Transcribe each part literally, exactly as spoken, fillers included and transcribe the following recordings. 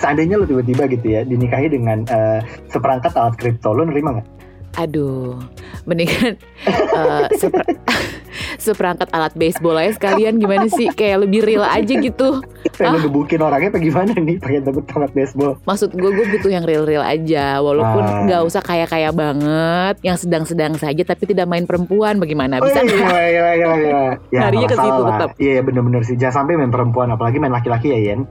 Seandainya lo tiba-tiba gitu ya dinikahi dengan uh, seperangkat alat kripto, lo nerima nggak? Aduh, mendingan uh, seper- seperangkat alat baseball aja sekalian, gimana sih? Kayak lebih real aja gitu. Pengen ah. ngebukin orangnya apa gimana nih pakai tebet alat baseball? Maksud gue, gue butuh yang real-real aja. Walaupun nggak ah. usah kaya-kaya banget, yang sedang-sedang saja tapi tidak main perempuan. Bagaimana? Bisa nggak? Oh, iya, iya, iya, iya. Ya, harinya ke situ tetap. Iya bener-bener sih. Jangan sampai main perempuan, apalagi main laki-laki ya Yen.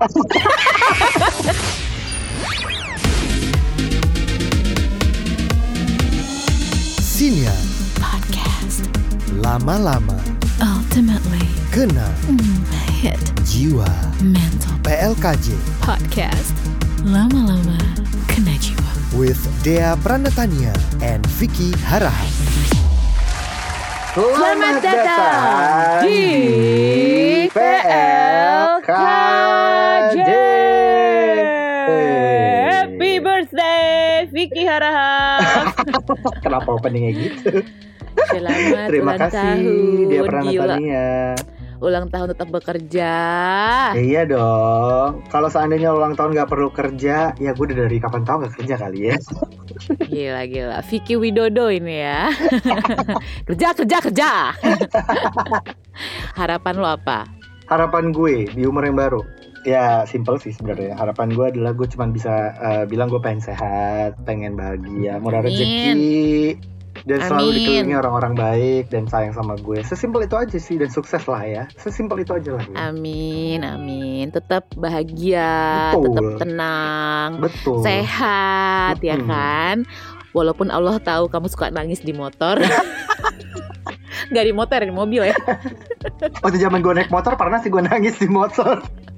Siniar Podcast. Lama-lama Ultimately Kena mm, Hit Jiwa Mental P L K J Podcast. Lama-lama Kena Jiwa with Dea Pranatania and Vicky Harahap. Selamat datang di P L K J. Happy birthday Vicky Harahap. Kenapa openingnya gitu? Selamat Terima ulang kasih tahun. Dia Pranatania. Ulang tahun tetap bekerja. Ya, iya dong. Kalau seandainya ulang tahun gak perlu kerja, ya gue udah dari kapan tahu gak kerja kali ya. Gila gila Vicky Widodo ini ya. Kerja kerja kerja. Harapan lo apa? Harapan gue di umur yang baru, ya simple sih sebenarnya. Harapan gue adalah gue cuma bisa uh, bilang gue pengen sehat, pengen bahagia, murah rezeki, dan selalu Amin. dikelilingi orang-orang baik dan sayang sama gue. Sesimpel itu aja sih, dan sukses lah ya. Sesimpel itu aja lah ya. Amin amin. Tetap bahagia, Betul. tetap tenang, Betul. sehat Mm-hmm. ya kan. Walaupun Allah tahu kamu suka nangis di motor. Gak di motor, di mobil ya. Waktu zaman gue naik motor pernah sih gue nangis di motor.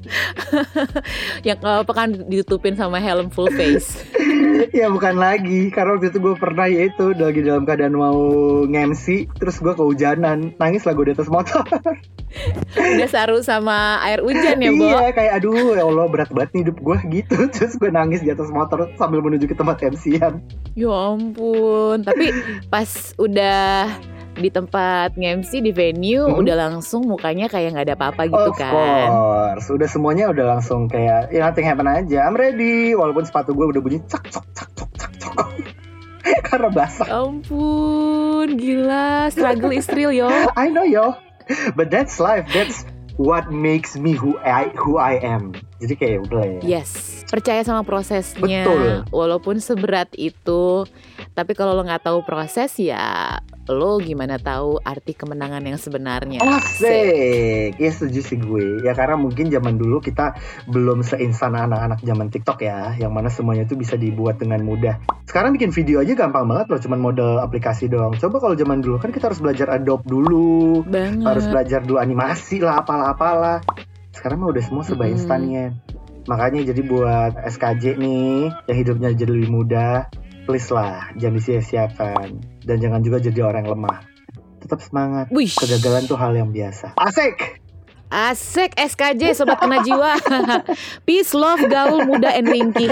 Yang apa kan ditutupin sama helm full face. Ya bukan lagi, karena waktu itu gue pernah ya itu lagi dalam keadaan mau nge-M C, terus gue kehujanan, nangis lah gue di atas motor. Udah saru sama air hujan ya, Bo? Iya, kayak aduh ya Allah berat banget nih hidup gue gitu. Terus gue nangis di atas motor sambil menuju ke tempat M C-an. Ya ampun, tapi pas udah di tempat nge-M C di venue hmm? udah langsung mukanya kayak nggak ada apa-apa gitu of kan? Of course, udah semuanya udah langsung kayak ya nothing happen aja, I'm ready. Walaupun sepatu gue udah bunyi cak cok cak cok cak cok karena basah. Ampun, gila, struggle is real yo. I know yo, but that's life, that's what makes me who I who I am. Jadi kayak udah ya. Yes, percaya sama prosesnya. Betul. Walaupun seberat itu, tapi kalau lo nggak tahu proses ya, lo gimana tahu arti kemenangan yang sebenarnya? Asik. Ya setuju sih gue. Ya karena mungkin zaman dulu kita belum seinstan anak-anak zaman TikTok ya, yang mana semuanya itu bisa dibuat dengan mudah. Sekarang bikin video aja gampang banget loh, cuman model aplikasi doang. Coba kalau zaman dulu kan kita harus belajar Adobe dulu, banget. Harus belajar dulu animasi lah, apalah-apalah. Sekarang mah udah semua serba hmm. instannya. Makanya jadi buat S K J nih yang hidupnya jadi lebih mudah, please lah jangan disia-siakan. Dan jangan juga jadi orang yang lemah. Tetap semangat. Wish. Kegagalan tuh hal yang biasa. Asik. Asik S K J Sobat Kena Jiwa. Peace, love, gaul, muda, and ringkih.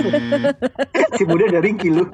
Si muda dan ringkih lu.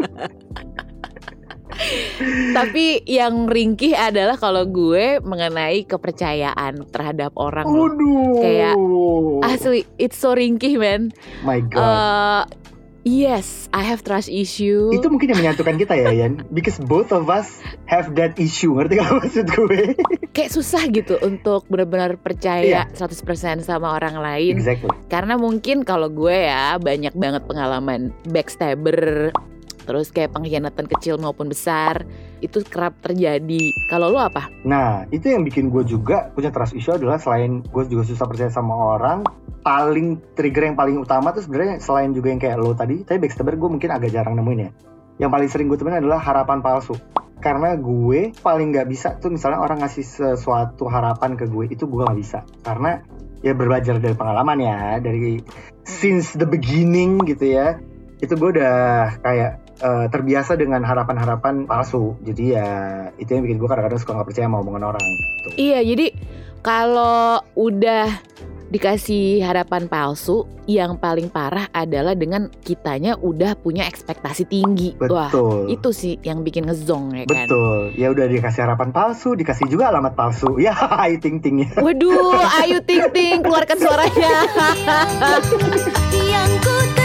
Tapi yang ringkih adalah kalau gue mengenai kepercayaan terhadap orang. Waduh. Kayak asli it's so ringkih man. My God. Uh, Yes, I have trust issue. Itu mungkin yang menyatukan kita ya, Yan. Because both of us have that issue. Ngerti gak maksud gue? Kayak susah gitu untuk benar-benar percaya yeah. seratus persen sama orang lain. Exactly. Karena mungkin kalau gue ya banyak banget pengalaman backstabber, terus kayak pengkhianatan kecil maupun besar, itu kerap terjadi. Kalau lo apa? Nah, itu yang bikin gue juga punya trust issue adalah selain gue juga susah percaya sama orang, paling trigger yang paling utama tuh sebenarnya selain juga yang kayak lo tadi, tapi backstabber gue mungkin agak jarang nemuin ya. Yang paling sering gue temuin adalah harapan palsu. Karena gue paling gak bisa tuh misalnya orang ngasih sesuatu harapan ke gue, itu gue gak bisa. Karena ya belajar dari pengalaman ya, dari since the beginning gitu ya, itu gue udah kayak uh, terbiasa dengan harapan-harapan palsu. Jadi ya itu yang bikin gue kadang-kadang suka gak percaya sama omongan orang gitu. Iya, jadi kalau udah dikasih harapan palsu, yang paling parah adalah dengan kitanya udah punya ekspektasi tinggi. Betul. Wah, itu sih yang bikin ngezong ya kan. Betul. Ya udah dikasih harapan palsu, dikasih juga alamat palsu. Ya, Ayu Ting Ting ya. Waduh, Ayu Ting Ting keluarkan suaranya. Yang ku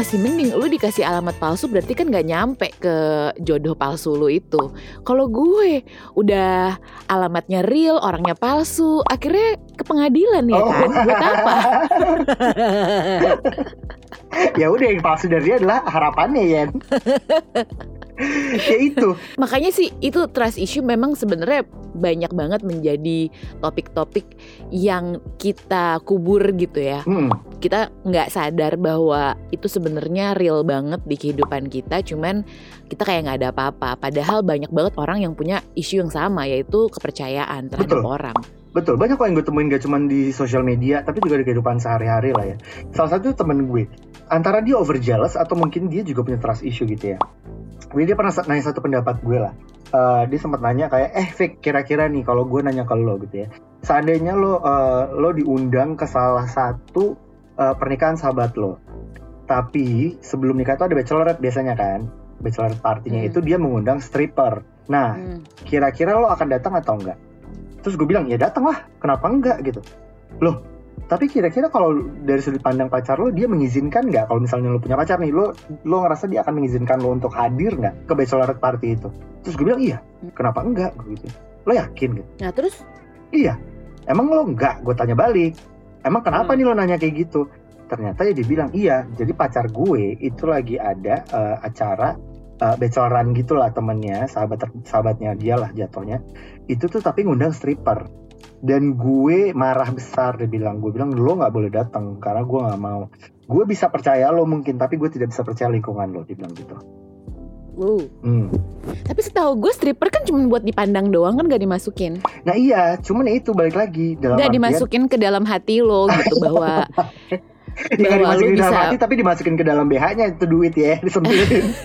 masih mending lu dikasih alamat palsu, berarti kan nggak nyampe ke jodoh palsu lu itu. Kalau gue udah alamatnya real, orangnya palsu, akhirnya ke pengadilan ya kan? Buat apa? Ya udah, yang palsu dari dia adalah harapannya ya. Ya itu. Makanya sih itu trust issue memang sebenarnya banyak banget menjadi topik-topik yang kita kubur gitu ya. Hmm. Kita nggak sadar bahwa itu sebenarnya real banget di kehidupan kita, cuman kita kayak nggak ada apa-apa. Padahal banyak banget orang yang punya isu yang sama, yaitu kepercayaan terhadap Betul. orang. Betul, banyak kok yang gue temuin gak cuma di sosial media, tapi juga di kehidupan sehari-hari lah ya. Salah satu temen gue, antara dia over jealous atau mungkin dia juga punya trust issue gitu ya. Jadi dia pernah nanya satu pendapat gue lah. Uh, dia sempat nanya kayak, eh Vic, kira-kira nih kalau gue nanya ke lo gitu ya, seandainya lo uh, lo diundang ke salah satu uh, pernikahan sahabat lo, tapi sebelum nikah itu ada bachelorette biasanya kan, bachelorette partinya hmm. itu dia mengundang stripper. Nah, hmm. kira-kira lo akan datang atau enggak? Terus gue bilang, ya datang lah, kenapa enggak gitu. Loh, tapi kira-kira kalau dari sudut pandang pacar lo, dia mengizinkan nggak? Kalau misalnya lo punya pacar nih, lo lo ngerasa dia akan mengizinkan lo untuk hadir nggak ke bachelorette party itu? Terus gue bilang, iya, kenapa enggak? Gitu. Lo yakin gitu? Nah terus? Iya, emang lo enggak? Gue tanya balik, emang kenapa hmm. nih lo nanya kayak gitu? Ternyata ya dia bilang, iya, jadi pacar gue itu lagi ada uh, acara uh, bacheloran gitulah temennya, sahabat sahabatnya dia lah jatuhnya. Itu tuh tapi ngundang stripper. Dan gue marah besar, dia bilang, gue bilang lo nggak boleh datang karena gue nggak mau. Gue bisa percaya lo mungkin, tapi gue tidak bisa percaya lingkungan lo, dia bilang gitu. Wow. Hmm. Tapi setahu gue stripper kan cuma buat dipandang doang kan, gak dimasukin. Nah iya, cuman itu balik lagi dalam gak artian, dimasukin ke dalam hati lo gitu bahwa ya gak dimasukin ke dalam bisa... hati, tapi dimasukin ke dalam B H-nya itu duit ya, disempitin.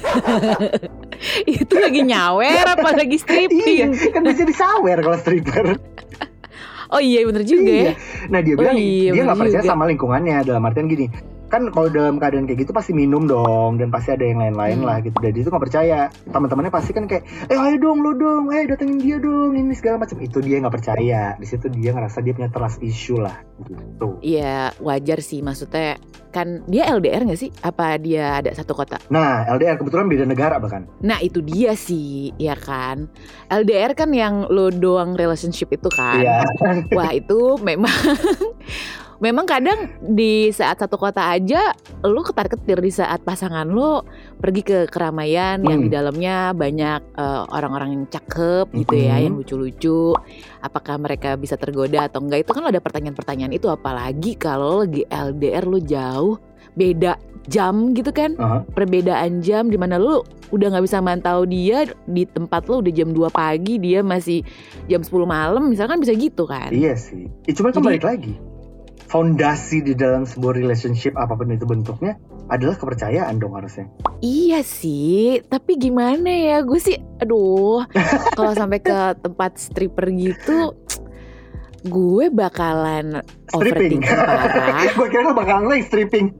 Itu lagi nyawer apa lagi stripping? Iya, kan bisa disawer kalau stripper. Oh iya bener juga iya. ya. Nah dia bilang oh, iya, dia gak percaya juga. sama lingkungannya. Dalam artian gini, kan kalau dalam keadaan kayak gitu pasti minum dong, dan pasti ada yang lain-lain hmm. lah gitu. Dan dia tuh gak percaya. Teman-temannya pasti kan kayak, eh ayo dong lo dong, eh datengin dia dong, ini segala macam. Itu dia gak percaya. Di situ dia ngerasa dia punya trust issue lah gitu. Iya wajar sih, maksudnya kan dia L D R gak sih? Apa dia ada satu kota? Nah L D R kebetulan beda negara bahkan. Nah itu dia sih, ya kan. L D R kan yang lo doang relationship itu kan. Iya. Wah itu memang memang kadang di saat satu kota aja lo ketar-ketir di saat pasangan lo pergi ke keramaian hmm. yang di dalamnya banyak uh, orang-orang yang cakep gitu hmm. ya, yang lucu-lucu. Apakah mereka bisa tergoda atau enggak? Itu kan lo ada pertanyaan-pertanyaan itu, apalagi kalau lagi L D R lo jauh, beda jam gitu kan. Uh-huh. Perbedaan jam di mana lo udah nggak bisa mantau dia di tempat lo udah jam dua pagi, dia masih jam sepuluh malam, misalkan bisa gitu kan. Iya sih. Ya, cuma kan balik lagi. Fondasi di dalam sebuah relationship apapun itu bentuknya adalah kepercayaan dong harusnya. Iya sih, tapi gimana ya, gue sih aduh kalau sampai ke tempat stripper gitu gue bakalan overthinking parah. Gue kira bakalan lagi stripping.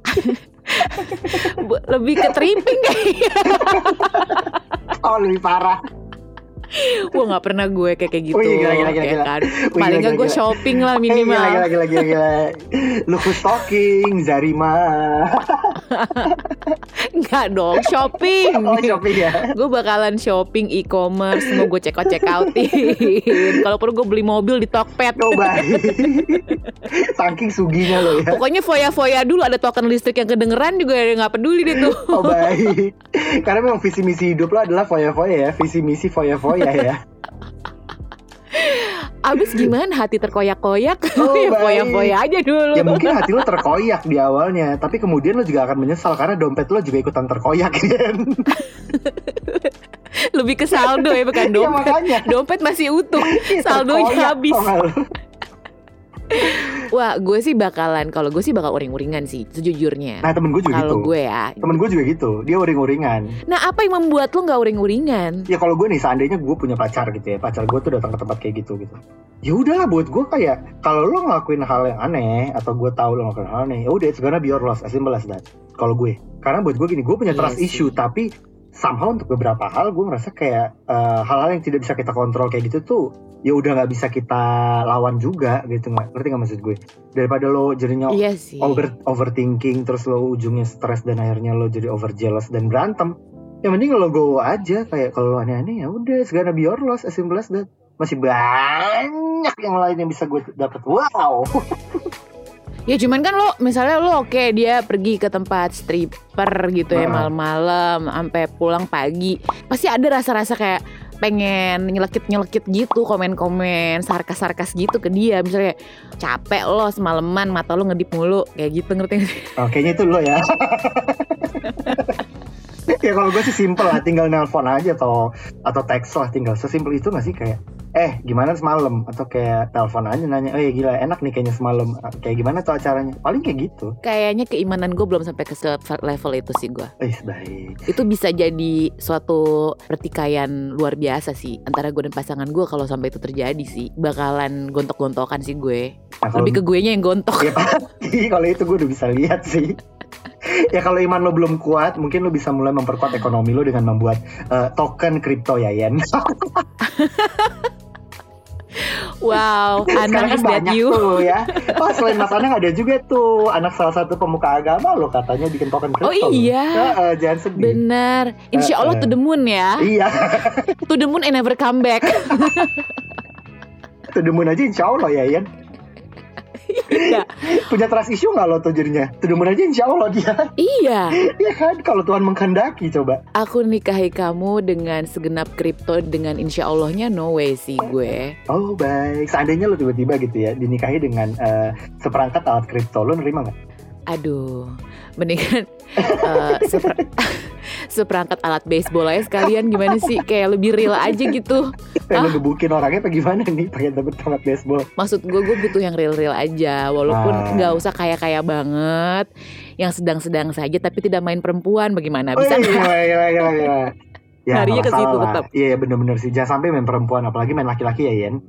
Lebih ke tripping kayaknya. Oh lebih parah. Wah gak pernah gue kayak kayak gitu. Oh, gila, gila, gila, ya gila. kan. Oh, paling gila, gak gue gila. shopping lah minimal. Gila gila gila gila. Luku stalking Zarima. Enggak dong, shopping. Oh shopping ya. Gue bakalan shopping e-commerce, mau gue check out check outin. Kalau perlu gue beli mobil di Tokped. Oh baik. Saking suginya lo ya. Pokoknya foya-foya dulu, ada token listrik yang kedengeran juga gak peduli deh tuh. Oh baik. Karena memang visi misi hidup lo adalah foya-foya ya. Visi misi foya-foya ya. Abis gimana hati terkoyak-koyak? Oh, ya foya-foya aja dulu. Ya mungkin hati lo terkoyak di awalnya, tapi kemudian lo juga akan menyesal karena dompet lo juga ikutan terkoyak kan. Lebih ke saldo ya, bukan dompet. Ya, dompet masih utuh, saldonya habis. Wah, gue sih bakalan, kalau gue sih bakal uring-uringan sih, sejujurnya. Nah, temen gue juga kalo gitu. Kalau gue ya. Temen gue juga gitu, dia uring-uringan. Nah, apa yang membuat lo nggak uring-uringan? Ya kalau gue nih, seandainya gue punya pacar gitu ya, pacar gue tuh datang ke tempat kayak gitu gitu. Ya udahlah, buat gue kayak, kalau lo ngelakuin hal yang aneh atau gue tahu lo ngelakuin hal aneh, ya udah, it's gonna be your loss, as simple as that. Kalau gue, karena buat gue gini, gue punya trust yes, issue, tapi somehow untuk beberapa hal gue ngerasa kayak uh, hal-hal yang tidak bisa kita kontrol kayak gitu tuh ya udah nggak bisa kita lawan juga gitu, nggak ngerti nggak maksud gue? Daripada lo jadinya Iya sih. over overthinking terus lo ujungnya stres dan akhirnya lo jadi over jealous dan berantem, yang mending lo go aja kayak kalau lo aneh-aneh ya udah, it's gonna be your loss, as simple as that. Masih banyak yang lain yang bisa gue dapat. Wow. Ya cuman kan lo misalnya lo oke okay, dia pergi ke tempat stripper gitu ya Nah. malam-malam sampai pulang pagi, pasti ada rasa-rasa kayak pengen nyelekit-nyelekit gitu, komen-komen sarkas-sarkas gitu ke dia. Misalnya capek lo semalaman, mata lo ngedip mulu kayak gitu, ngerti gak sih? Oh, kayaknya itu lo ya. Ya kalau gue sih simple lah, tinggal nelpon aja atau atau teks lah, tinggal sesimpel itu nggak sih, kayak eh gimana semalam, atau kayak telepon aja nanya, eh gila enak nih kayaknya semalam, kayak gimana tuh acaranya, paling kayak gitu. Kayaknya keimanan gue belum sampai ke level itu sih gue. Eh baik. Itu bisa jadi suatu pertikaian luar biasa sih antara gue dan pasangan gue. Kalau sampai itu terjadi sih bakalan gontok-gontokan sih gue. Nah, kalau- Lebih ke guenya yang gontok. Ya pasti kalau itu gue udah bisa lihat sih. Ya kalau iman lo belum kuat, mungkin lo bisa mulai memperkuat ekonomi lo dengan membuat uh, token kripto ya Yen. Wow, Sekarang anak is kan that banyak you. tuh ya. Oh selain Mas Anang ada juga tuh anak salah satu pemuka agama lo katanya bikin token kripto. Oh loh. iya. Nah, uh, jangan sedih. Bener. Insya Allah Eh, eh. to the moon ya. Iya. To the moon and never come back. Tudemun aja insya Allah ya Yen. Iya. Punya trust issue gak lo tuh jadinya? Tudemun aja insya Allah dia. Iya. Iya kan, kalau Tuhan menghendaki coba. Aku nikahi kamu dengan segenap kripto dengan insya Allahnya no way sih gue. Oh baik, seandainya lo tiba-tiba gitu ya dinikahi dengan uh, seperangkat alat kripto, lo nerima gak? Aduh, mendingan uh, seper- seperangkat alat baseball aja sekalian, gimana sih? Kayak lebih real aja gitu. Pengen Ah. ngebukin orangnya apa gimana nih pakai dapet alat baseball? Maksud gue, gue butuh yang real-real aja. Walaupun Ah. nggak usah kaya-kaya banget, yang sedang-sedang saja tapi tidak main perempuan, bagaimana? Bisa Oh, nggak? iya, iya, iya, iya. Ya, Larinya nggak ke situ masalah lah. tetap. Iya bener-bener sih, jangan sampai main perempuan, apalagi main laki-laki ya Yen.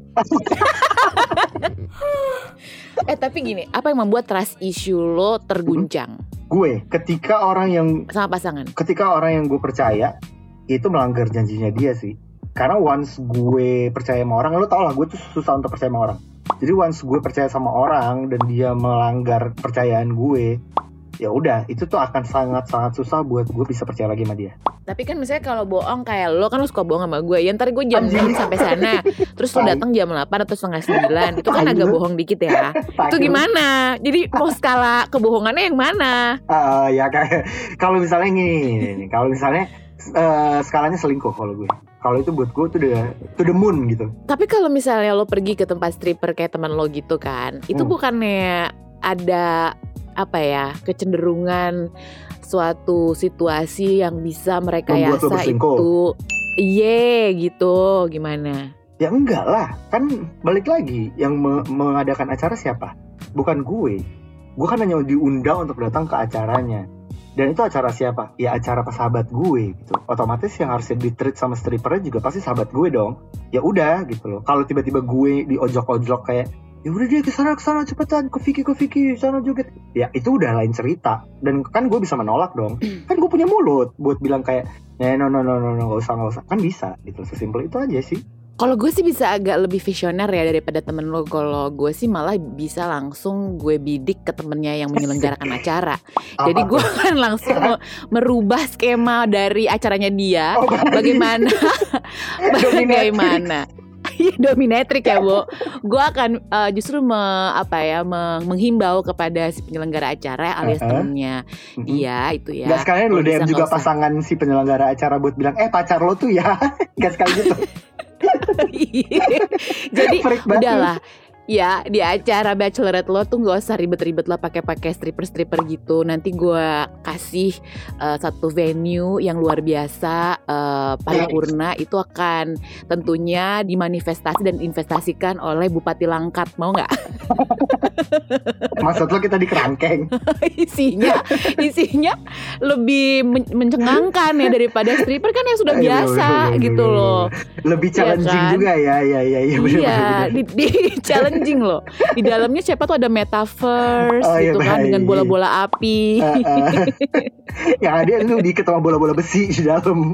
Eh tapi gini, apa yang membuat trust issue lo terguncang Gue, ketika orang yang sama pasangan? ketika orang yang gue percaya itu melanggar janjinya dia sih. Karena once gue percaya sama orang, lo tau lah gue tuh susah untuk percaya sama orang. Jadi once gue percaya sama orang dan dia melanggar kepercayaan gue, ya udah itu tuh akan sangat-sangat susah buat gue bisa percaya lagi sama dia. Tapi kan misalnya kalau bohong kayak lo, kan lo suka bohong sama gue. Ya ntar gue jam enam sampai sana, terus lo Tai. datang jam delapan atau setengah sembilan. Itu kan Tai agak lu. bohong dikit ya. Itu gimana? Jadi mau skala kebohongannya yang mana? Ah, ya kayak kalau misalnya gini, nih, kalau misalnya eh, skalanya selingkuh kalau gue. Kalau itu buat gue tuh udah to the moon gitu. Tapi kalau misalnya lo pergi ke tempat stripper kayak teman lo gitu kan, itu Hmm. bukannya ada apa ya, kecenderungan suatu situasi yang bisa mereka Membuat lo yasa berselingkuh. itu iye gitu, gimana? Ya enggak lah, kan balik lagi yang me- mengadakan acara siapa? Bukan gue. Gue kan hanya diundang untuk datang ke acaranya. Dan itu acara siapa? Ya acara sahabat gue gitu. Otomatis yang harusnya di-treat sama strippernya juga pasti sahabat gue dong. Ya udah gitu loh. Kalau tiba-tiba gue diojok-ojok kayak, ya udah dia kesana kesana cepetan, ke Vicky ke Vicky sana joget. Ya itu udah lain cerita. Dan kan gue bisa menolak dong. Kan gue punya mulut buat bilang kayak, eh no no no no no nggak usah nggak usah. Kan bisa gitu. Sesimpel itu aja sih. Kalau gue sih bisa agak lebih visioner ya daripada temen lo. Kalau gue sih malah bisa langsung gue bidik ke temennya yang menyelenggarakan acara. Jadi Apa gue tuh? akan langsung me- merubah skema dari acaranya dia. Oh, berarti Bagaimana? Bagaimana? Iya, dominatrix ya, Bo. Gue akan uh, justru me, apa ya me- menghimbau kepada si penyelenggara acara alias Uh-uh. temennya Mhm. dia itu ya. Gak sekalian Kalau lu D M bisa juga nggak usah. pasangan si penyelenggara acara buat bilang, eh pacar lo tuh ya. Gak sekali gitu. Jadi Freak banget. udahlah. Ya di acara bachelorette lo tuh gak usah ribet-ribet lah pakai-pakai stripper-stripper gitu. Nanti gue kasih uh, satu venue yang luar biasa, uh, paripurna. Itu akan tentunya dimanifestasi dan investasikan oleh Bupati Langkat. Mau gak? Maksud lo kita di kerangkeng. isinya Isinya lebih men- mencengangkan ya daripada stripper kan yang sudah Iya, biasa bener, bener, gitu bener, loh. Lebih Iya challenging kan? juga ya. Ya ya ya bener, Iya, bener, bener. di, di challenging anjing loh. Di dalamnya siapa tuh ada metaverse Oh, iya, gitu kan, dengan baik. bola-bola api. Uh, uh. Yang ada lu diikat sama bola-bola besi di dalam.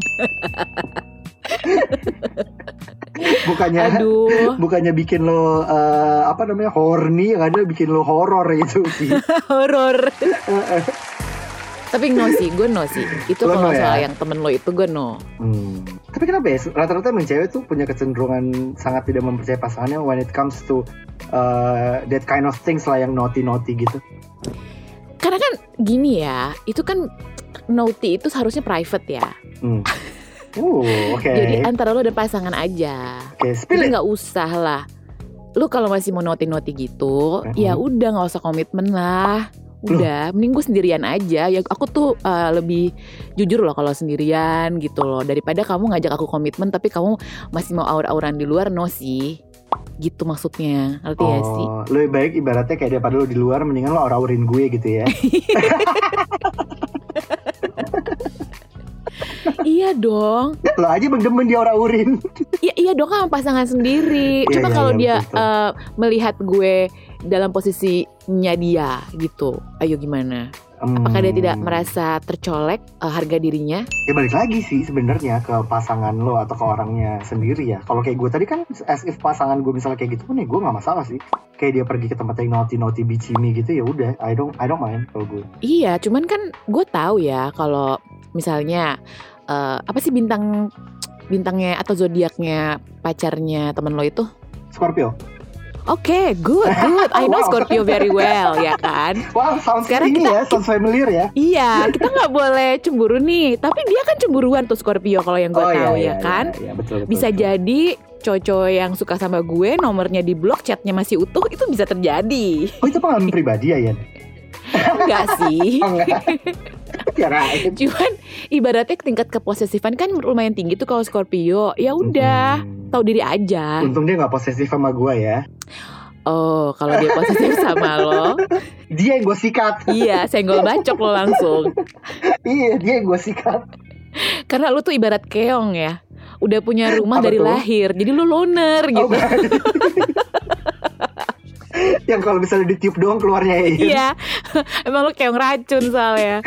Bukannya Aduh, bukannya bikin lo uh, apa namanya horny, yang ada bikin lo horor gitu sih. horor. Tapi no sih, gue no sih. Itu Lo kalau no ya? soal yang temen lo itu gue no. Hmm. Tapi kenapa ya rata-rata emang cewek tuh punya kecenderungan sangat tidak mempercayai pasangannya when it comes to uh, that kind of things lah, yang naughty-naughty gitu. Karena kan gini ya, itu kan naughty itu seharusnya private ya. Hmm. Uh, oke. Jadi antara lo dan pasangan aja. Oke, spill Jadi it. nggak usah lah. Lu kalau masih mau naughty-naughty gitu, Mm-hmm. ya udah nggak usah komitmen lah. Udah, mending gue sendirian aja. Ya aku tuh uh, lebih jujur loh kalau sendirian gitu loh, daripada kamu ngajak aku komitmen tapi kamu masih mau aur-auran di luar. No sih. Gitu maksudnya. Ngerti ya sih? Oh, lebih baik ibaratnya kayak daripada lo di luar, mendingan lo aur-aurin gue gitu ya. Iya dong. Lo aja bang demen dia aur-aurin. Iya iya dong, sama pasangan sendiri. Iya, Cuma iya, kalau iya, dia betul. uh, melihat gue dalam posisinya dia gitu, ayo gimana? Apakah dia tidak merasa tercolek uh, harga dirinya? Ya balik lagi sih sebenarnya ke pasangan lo atau ke orangnya sendiri ya. Kalau kayak gue tadi kan as if pasangan gue misalnya kayak gitu pun ya gue nggak masalah sih. Kayak dia pergi ke tempat yang naughty naughty bicimi gitu, ya udah, I don't I don't mind kalau gue. Iya, cuman kan gue tahu ya kalau misalnya uh, apa sih bintang bintangnya atau zodiaknya pacarnya temen lo itu? Scorpio. Oke, good, good. I know Wow. Scorpio very well, ya kan? Wow, sounds Sekarang ini kita- ya, sounds familiar ya. Iya, kita nggak boleh cemburu nih. Tapi dia kan cemburuan tuh Scorpio kalau yang gue Oh, tahu iya, ya iya, kan. iya, iya, betul, betul, Bisa betul. jadi cowok-cowok yang suka sama gue nomornya di blok, chatnya masih utuh, itu bisa terjadi. Oh itu pengalaman pribadi ya Yan? Enggak sih. Oh enggak. Kirain. Cuman ibaratnya tingkat keposesifan kan lumayan tinggi tuh kalau Scorpio. Ya udah, Hmm. tahu diri aja. Untung dia nggak posesif sama gue ya. Oh, kalau dia posesif sama lo, Dia yang gue sikat. iya, senggol bacok lo langsung. Iya, dia yang gue sikat. Karena lu tuh ibarat keong ya. Udah punya rumah Apa dari tuh? lahir. Jadi lu loner gitu. Oh, yang kalau misalnya ditiup doang keluarnya ya. Yan. Iya. Emang lu keong racun soalnya.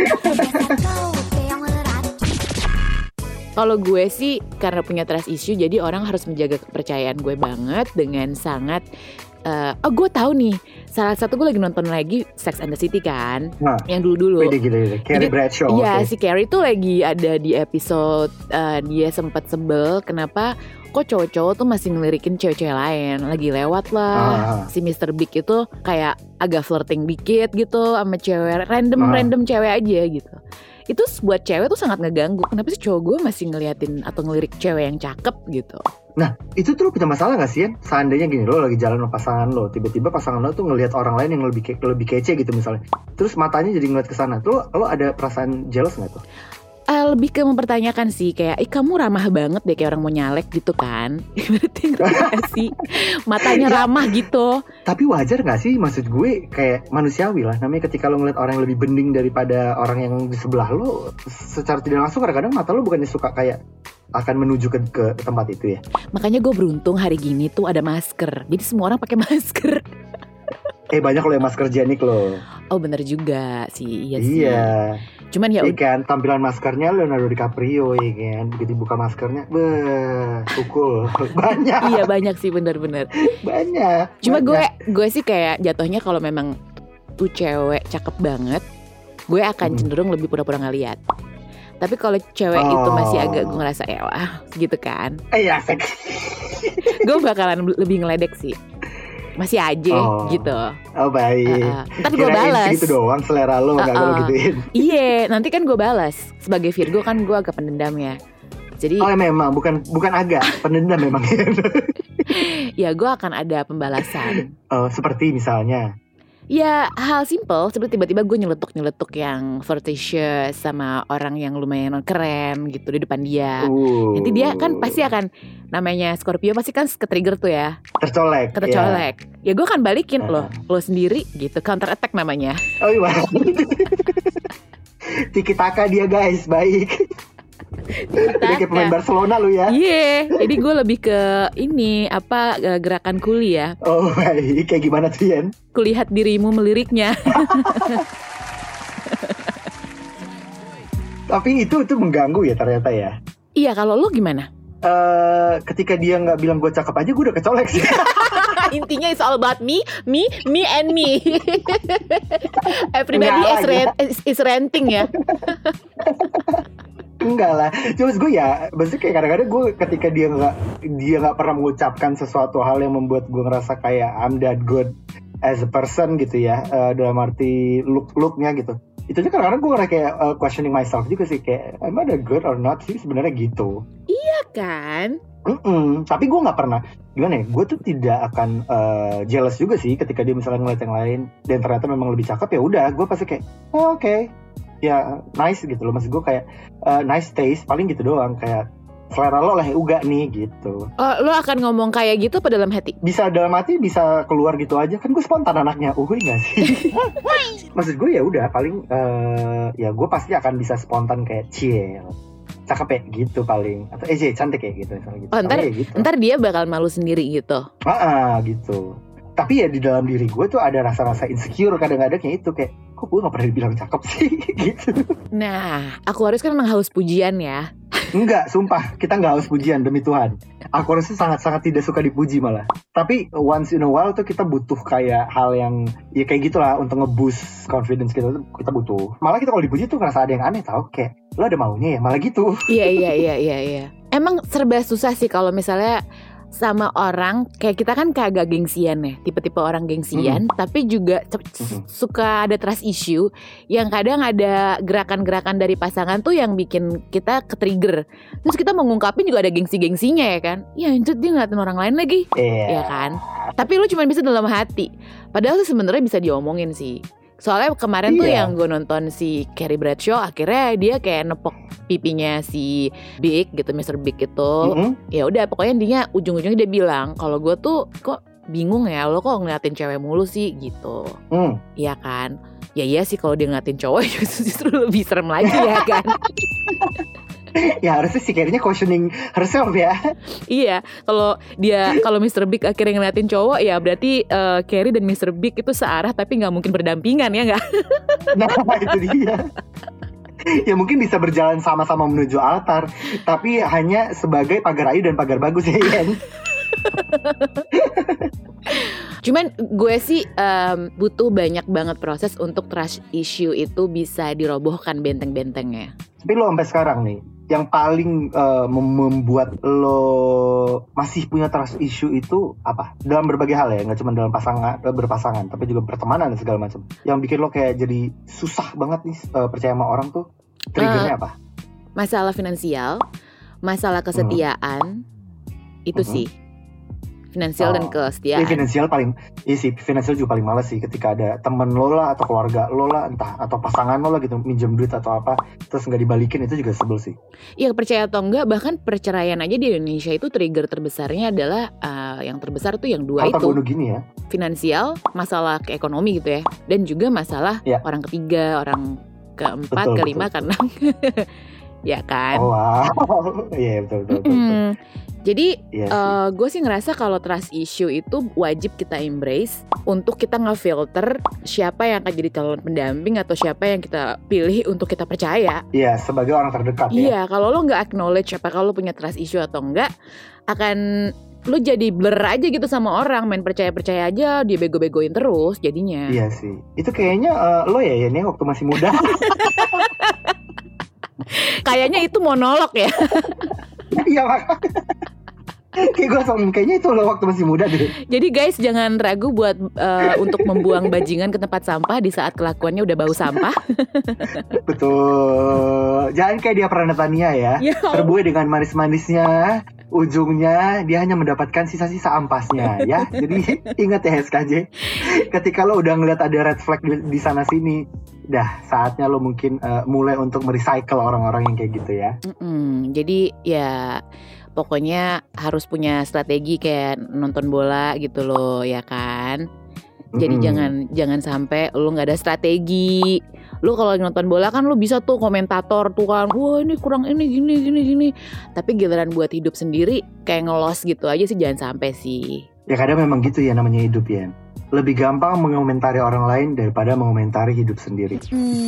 Kalau gue sih karena punya trust issue, jadi orang harus menjaga kepercayaan gue banget dengan sangat uh, oh gue tahu nih, salah satu gue lagi nonton lagi Sex and the City kan, Nah, yang dulu-dulu. beda gitu ya. Carrie Jadi- Bradshaw. Iya, oke. si Carrie tuh lagi ada di episode uh, dia sempat sebel kenapa kok cowok-cowok tuh masih ngelirikin cewek-cewek lain. Lagi lewat lah. Ah. Si mister Big itu kayak agak flirting dikit gitu sama cewek random-random cewek aja gitu. Itu buat cewek tuh sangat ngeganggu. Kenapa sih cowok gue masih ngeliatin atau ngelirik cewek yang cakep gitu? Nah, itu tuh lu punya masalah gak sih Yan? Seandainya gini, lo lagi jalan sama pasangan lo, tiba-tiba pasangan lo tuh ngelihat orang lain yang lebih ke- lebih kece gitu misalnya. Terus matanya jadi ngeliat ke sana. Tuh lo ada perasaan jealous gak tuh? Eh, lebih ke mempertanyakan sih, kayak ih kamu ramah banget deh kayak orang mau nyalek gitu kan. Berarti nggak sih? Matanya Ya. ramah gitu. Tapi wajar gak sih? Maksud gue kayak manusiawi lah. Namanya ketika lo ngeliat orang yang lebih bening daripada orang yang di sebelah lo, secara tidak langsung kadang-kadang mata lo bukannya suka kayak akan menuju ke, ke tempat itu ya. Makanya gue beruntung hari gini tuh ada masker. Jadi semua orang pakai masker. Eh banyak lo yang masker jenik lo. Oh bener juga sih, iya sih. Iya. Cuman ya Iya kan, tampilan maskernya Leonardo DiCaprio ya kan. Begitu buka maskernya, beh, pukul. Banyak, iya banyak sih bener-bener. banyak. Cuma gue banyak. gue sih kayak jatuhnya kalau memang tuh cewek cakep banget, gue akan Hmm. cenderung lebih pura-pura nggak lihat. Tapi kalau cewek itu masih Oh. agak gue ngerasa ya wah gitu kan, Eh ya, sek. gue bakalan lebih ngeledek sih. Masih aja Oh. gitu. Oh baik. Uh-uh. Ntar gue Kirain balas. segitu doang selera lo, gak lo Uh-uh. gituin. Iya, nanti kan gue balas. Sebagai Virgo kan gue agak pendendam ya. Jadi Oh ya memang, bukan bukan agak, pendendam memang. ya gue akan ada pembalasan. Oh, seperti misalnya. Ya hal simple seperti tiba-tiba gue nyeletuk-nyeletuk yang flirtatious sama orang yang lumayan keren gitu di depan dia. Uh, Nanti dia kan pasti akan, namanya Scorpio pasti kan ke-trigger tuh ya, tercolek. ketercolek. Ya, gue akan balikin Uh. loh, lo sendiri gitu, counter attack namanya. Ya. Oh iya. Tiki taka dia guys, baik. Jadi kayak pemain Barcelona lu ya. Iya, yeah, jadi gue lebih ke ini apa gerakan kuli ya. Oh, baik. Kayak gimana tuh Yen? Kulihat dirimu meliriknya. Tapi itu itu mengganggu ya ternyata ya. Iya, kalau lo gimana? Uh, ketika dia nggak bilang gue cakep aja, gue udah kecolek sih. Intinya it's all about me, me, me and me. Everybody is, rant, is, is ranting ya. Enggak lah, cuma gue ya, maksudnya kayak kadang-kadang gue ketika dia nggak dia nggak pernah mengucapkan sesuatu hal yang membuat gue ngerasa kayak I'm that good as a person gitu ya, uh, dalam arti look looknya gitu. Itu aja kadang-kadang gue ngerasa kayak uh, questioning myself juga sih, kayak am I that good or not sih sebenarnya gitu. Iya kan? Mm-mm. Tapi gue nggak pernah, gimana ya, gue tuh tidak akan uh, jealous juga sih ketika dia misalnya ngeliat yang lain dan ternyata memang lebih cakep, ya udah gue pasti kayak oh, oke okay. Ya nice gitu loh, maksud gue kayak uh, nice taste, paling gitu doang, kayak selera lo lah uga nih gitu. Oh, lo akan ngomong kayak gitu apa dalam hati? Bisa dalam hati, bisa keluar gitu aja, kan gue spontan anaknya, uhuy nggak sih? Maksud gue ya udah paling uh, ya gue pasti akan bisa spontan kayak ciel, cakep ya gitu paling, atau eh cantik ya gitu, gitu. Oh, ntar, ya, gitu. ntar dia bakal malu sendiri gitu. Ah gitu. Tapi ya di dalam diri gue tuh ada rasa-rasa insecure kadang-kadangnya itu kayak kok gue nggak pernah dibilang cakep sih gitu. Nah, Aquarius kan memang haus pujian ya. Enggak, sumpah kita nggak haus pujian demi Tuhan. Aquarius tuh sangat-sangat tidak suka dipuji malah. Tapi once in a while tuh kita butuh kayak hal yang ya kayak gitulah untuk nge-boost confidence kita, kita butuh. Malah kita kalau dipuji tuh ngerasa ada yang aneh tau, kayak lo ada maunya ya, malah gitu. Iya iya iya iya iya. Emang serba susah sih kalau misalnya sama orang kayak kita kan kagak gengsian ya, tipe-tipe orang gengsian, mm. tapi juga c- mm-hmm. suka ada trust issue yang kadang ada gerakan-gerakan dari pasangan tuh yang bikin kita ke-trigger. Terus kita mengungkapin juga ada gengsi-gengsinya ya kan. Ya anjir dia ngeliatin orang lain lagi, yeah. ya kan. Tapi lu cuma bisa dalam hati. Padahal tuh sebenarnya bisa diomongin sih. Soalnya kemarin yeah. tuh yang gue nonton si Carrie Bradshaw, akhirnya dia kayak nepok pipinya si Big gitu, mister Big itu. Mm-hmm. Ya udah pokoknya intinya ujung-ujungnya dia bilang kalau gue tuh kok bingung ya, lo kok ngeliatin cewek mulu sih gitu. Mm. Iya kan? Ya iya sih kalau dia ngeliatin cowok justru lebih serem lagi ya kan. Ya harusnya si Carrie-nya questioning herself ya. Iya, kalau dia kalau mister Big akhirnya ngeliatin cowok, ya berarti uh, Carrie dan mister Big itu searah tapi nggak mungkin berdampingan ya nggak? Nah itu dia. Ya mungkin bisa berjalan sama-sama menuju altar, tapi hanya sebagai pagar ayu dan pagar bagus ya Ian. Cuman gue sih um, butuh banyak banget proses untuk trust issue itu bisa dirobohkan benteng-bentengnya. Tapi lo sampai sekarang nih, yang paling uh, membuat lo masih punya trust issue itu apa? Dalam berbagai hal ya, nggak cuma dalam pasangan, berpasangan, tapi juga pertemanan dan segala macam. Yang bikin lo kayak jadi susah banget nih uh, percaya sama orang tuh, triggernya uh, apa? Masalah finansial, masalah kesetiaan, hmm. itu hmm. sih. Finansial oh. dan kesetiaan. Iya finansial paling, iya sih finansial juga paling males sih ketika ada temen lo lah atau keluarga lo lah entah atau pasangan lo lah gitu minjem duit atau apa terus nggak dibalikin, itu juga sebel sih. Iya percaya atau enggak, bahkan perceraian aja di Indonesia itu trigger terbesarnya adalah uh, yang terbesar tuh yang dua harta itu. Harta gini ya. Finansial, masalah ke ekonomi gitu ya, dan juga masalah ya. orang ketiga, orang keempat, betul, kelima, betul, keenam. Ya kan. Oh wow. Iya yeah, betul betul. betul, mm-hmm. betul. Jadi yes, uh, gue sih ngerasa kalau trust issue itu wajib kita embrace untuk kita ngefilter siapa yang akan jadi calon pendamping atau siapa yang kita pilih untuk kita percaya. Iya, sebagai orang terdekat. Iya, ya. kalau lo nggak acknowledge apa kalau lo punya trust issue atau enggak, akan lo jadi blur aja gitu sama orang, main percaya-percaya aja, dia bego-begoin terus jadinya. Iya sih, itu kayaknya uh, lo ya ya nih waktu masih muda. Kayaknya itu monolog ya. Iya makanya. Kayak gue langsung kayaknya itu lo waktu masih muda deh. Jadi guys jangan ragu buat uh, untuk membuang bajingan ke tempat sampah di saat kelakuannya udah bau sampah. Betul. Jangan kayak dia Pranatania ya, ya. Terbuai dengan manis-manisnya, ujungnya dia hanya mendapatkan sisa-sisa ampasnya ya. Jadi ingat ya S K J, ketika lo udah ngeliat ada red flag di, di sana sini, dah saatnya lo mungkin uh, mulai untuk merecycle orang-orang yang kayak gitu ya. Mm-mm. Jadi ya pokoknya harus punya strategi kayak nonton bola gitu loh ya kan. Jadi Mm-mm. jangan jangan sampai lu nggak ada strategi. Lu kalau lagi nonton bola kan lu bisa tuh komentator tuh kan, wah ini kurang ini gini gini gini. Tapi giliran buat hidup sendiri kayak ngelos gitu aja sih, jangan sampai sih. Ya kadang memang gitu ya namanya hidup ya. Lebih gampang mengomentari orang lain daripada mengomentari hidup sendiri.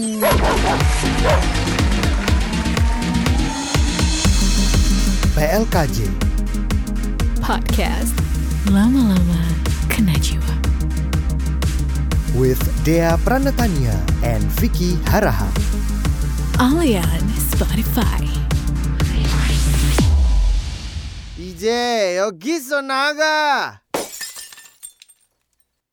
P L K J Podcast Lama-lama Kena Jiwa. with Dea Pranatania and Vicky Harahap. Only on Spotify. D J, Yogi Sonaga.